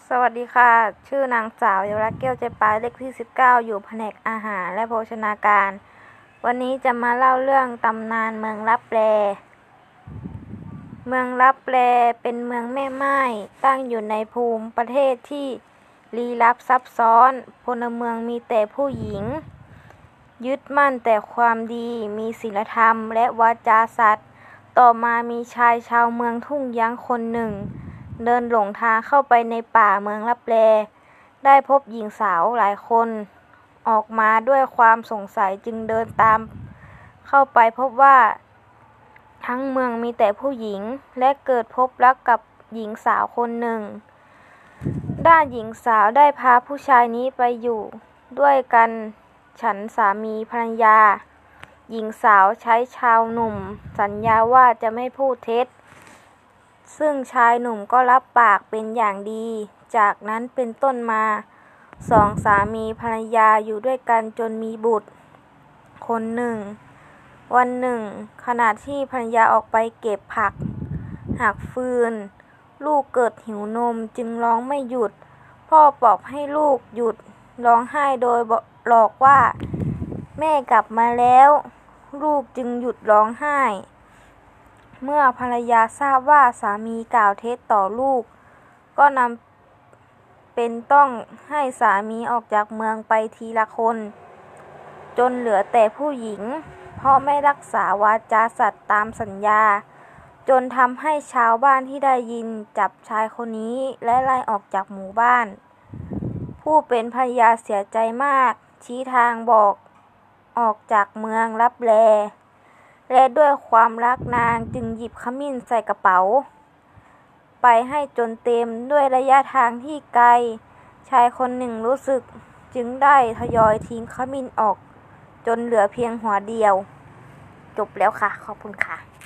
สวัสดีค่ะ ชื่อนางสาวเยาวรักษ์แก้วใจปลายเลขที่19อยู่แผนกอาหารและโภชนาการ วันนี้จะมาเล่าเรื่องตำนานเมืองลับแล เมืองลับแลเป็นเมืองแม่ไม้ตั้งอยู่ในภูมิประเทศที่ลี้ลับซับซ้อน พลเมืองมีแต่ผู้หญิง ยึดมั่นแต่ความดีมีศีลธรรมและวาจาสัตย์ ต่อมามีชายชาวเมืองทุ่งยั้งคนหนึ่งเดินหลงทางเข้าไปในป่าเมืองลับแล ได้พบหญิงสาวหลายคนออกมาด้วยความสงสัยจึงเดินตามเข้าไปพบว่าทั้งเมืองมีแต่ผู้หญิงและเกิดพบรักกับหญิงสาวคนหนึ่ง ด้านหญิงสาวได้พาผู้ชายนี้ไปอยู่ด้วยกันฉันสามีภรรยา หญิงสาวใช้ชาวหนุ่มสัญญาว่าจะไม่พูดเท็จซึ่งชายหนุ่มก็รับปากเป็นอย่างดี จากนั้นเป็นต้นมาสองสามีภรรยาอยู่ด้วยกันจนมีบุตรคนหนึ่ง วันหนึ่งขณะที่ภรรยาออกไปเก็บผักหักฟืน ลูกเกิดหิวนมจึงร้องไม่หยุด พ่อปลอบให้ลูกหยุดร้องไห้โดยหลอกว่าแม่กลับมาแล้ว ลูกจึงหยุดร้องไห้เมื่อภรรยาทราบว่าสามีกล่าวเท็จต่อลูกก็นำเป็นต้องให้สามีออกจากเมืองไปทีละคนจนเหลือแต่ผู้หญิงเพราะไม่รักษาวาจาสัตย์ตามสัญญาจนทำให้ชาวบ้านที่ได้ยินจับชายคนนี้และไล่ออกจากหมู่บ้านผู้เป็นภรรยาเสียใจมากชี้ทางบอกออกจากเมืองลับแลและด้วยความรักนางจึงหยิบขมิ้นใส่กระเป๋าไปให้จนเต็มด้วยระยะทางที่ไกลชายคนหนึ่งรู้สึกจึงได้ทยอยทิ้งขมิ้นออกจนเหลือเพียงหัวเดียวจบแล้วค่ะขอบคุณค่ะ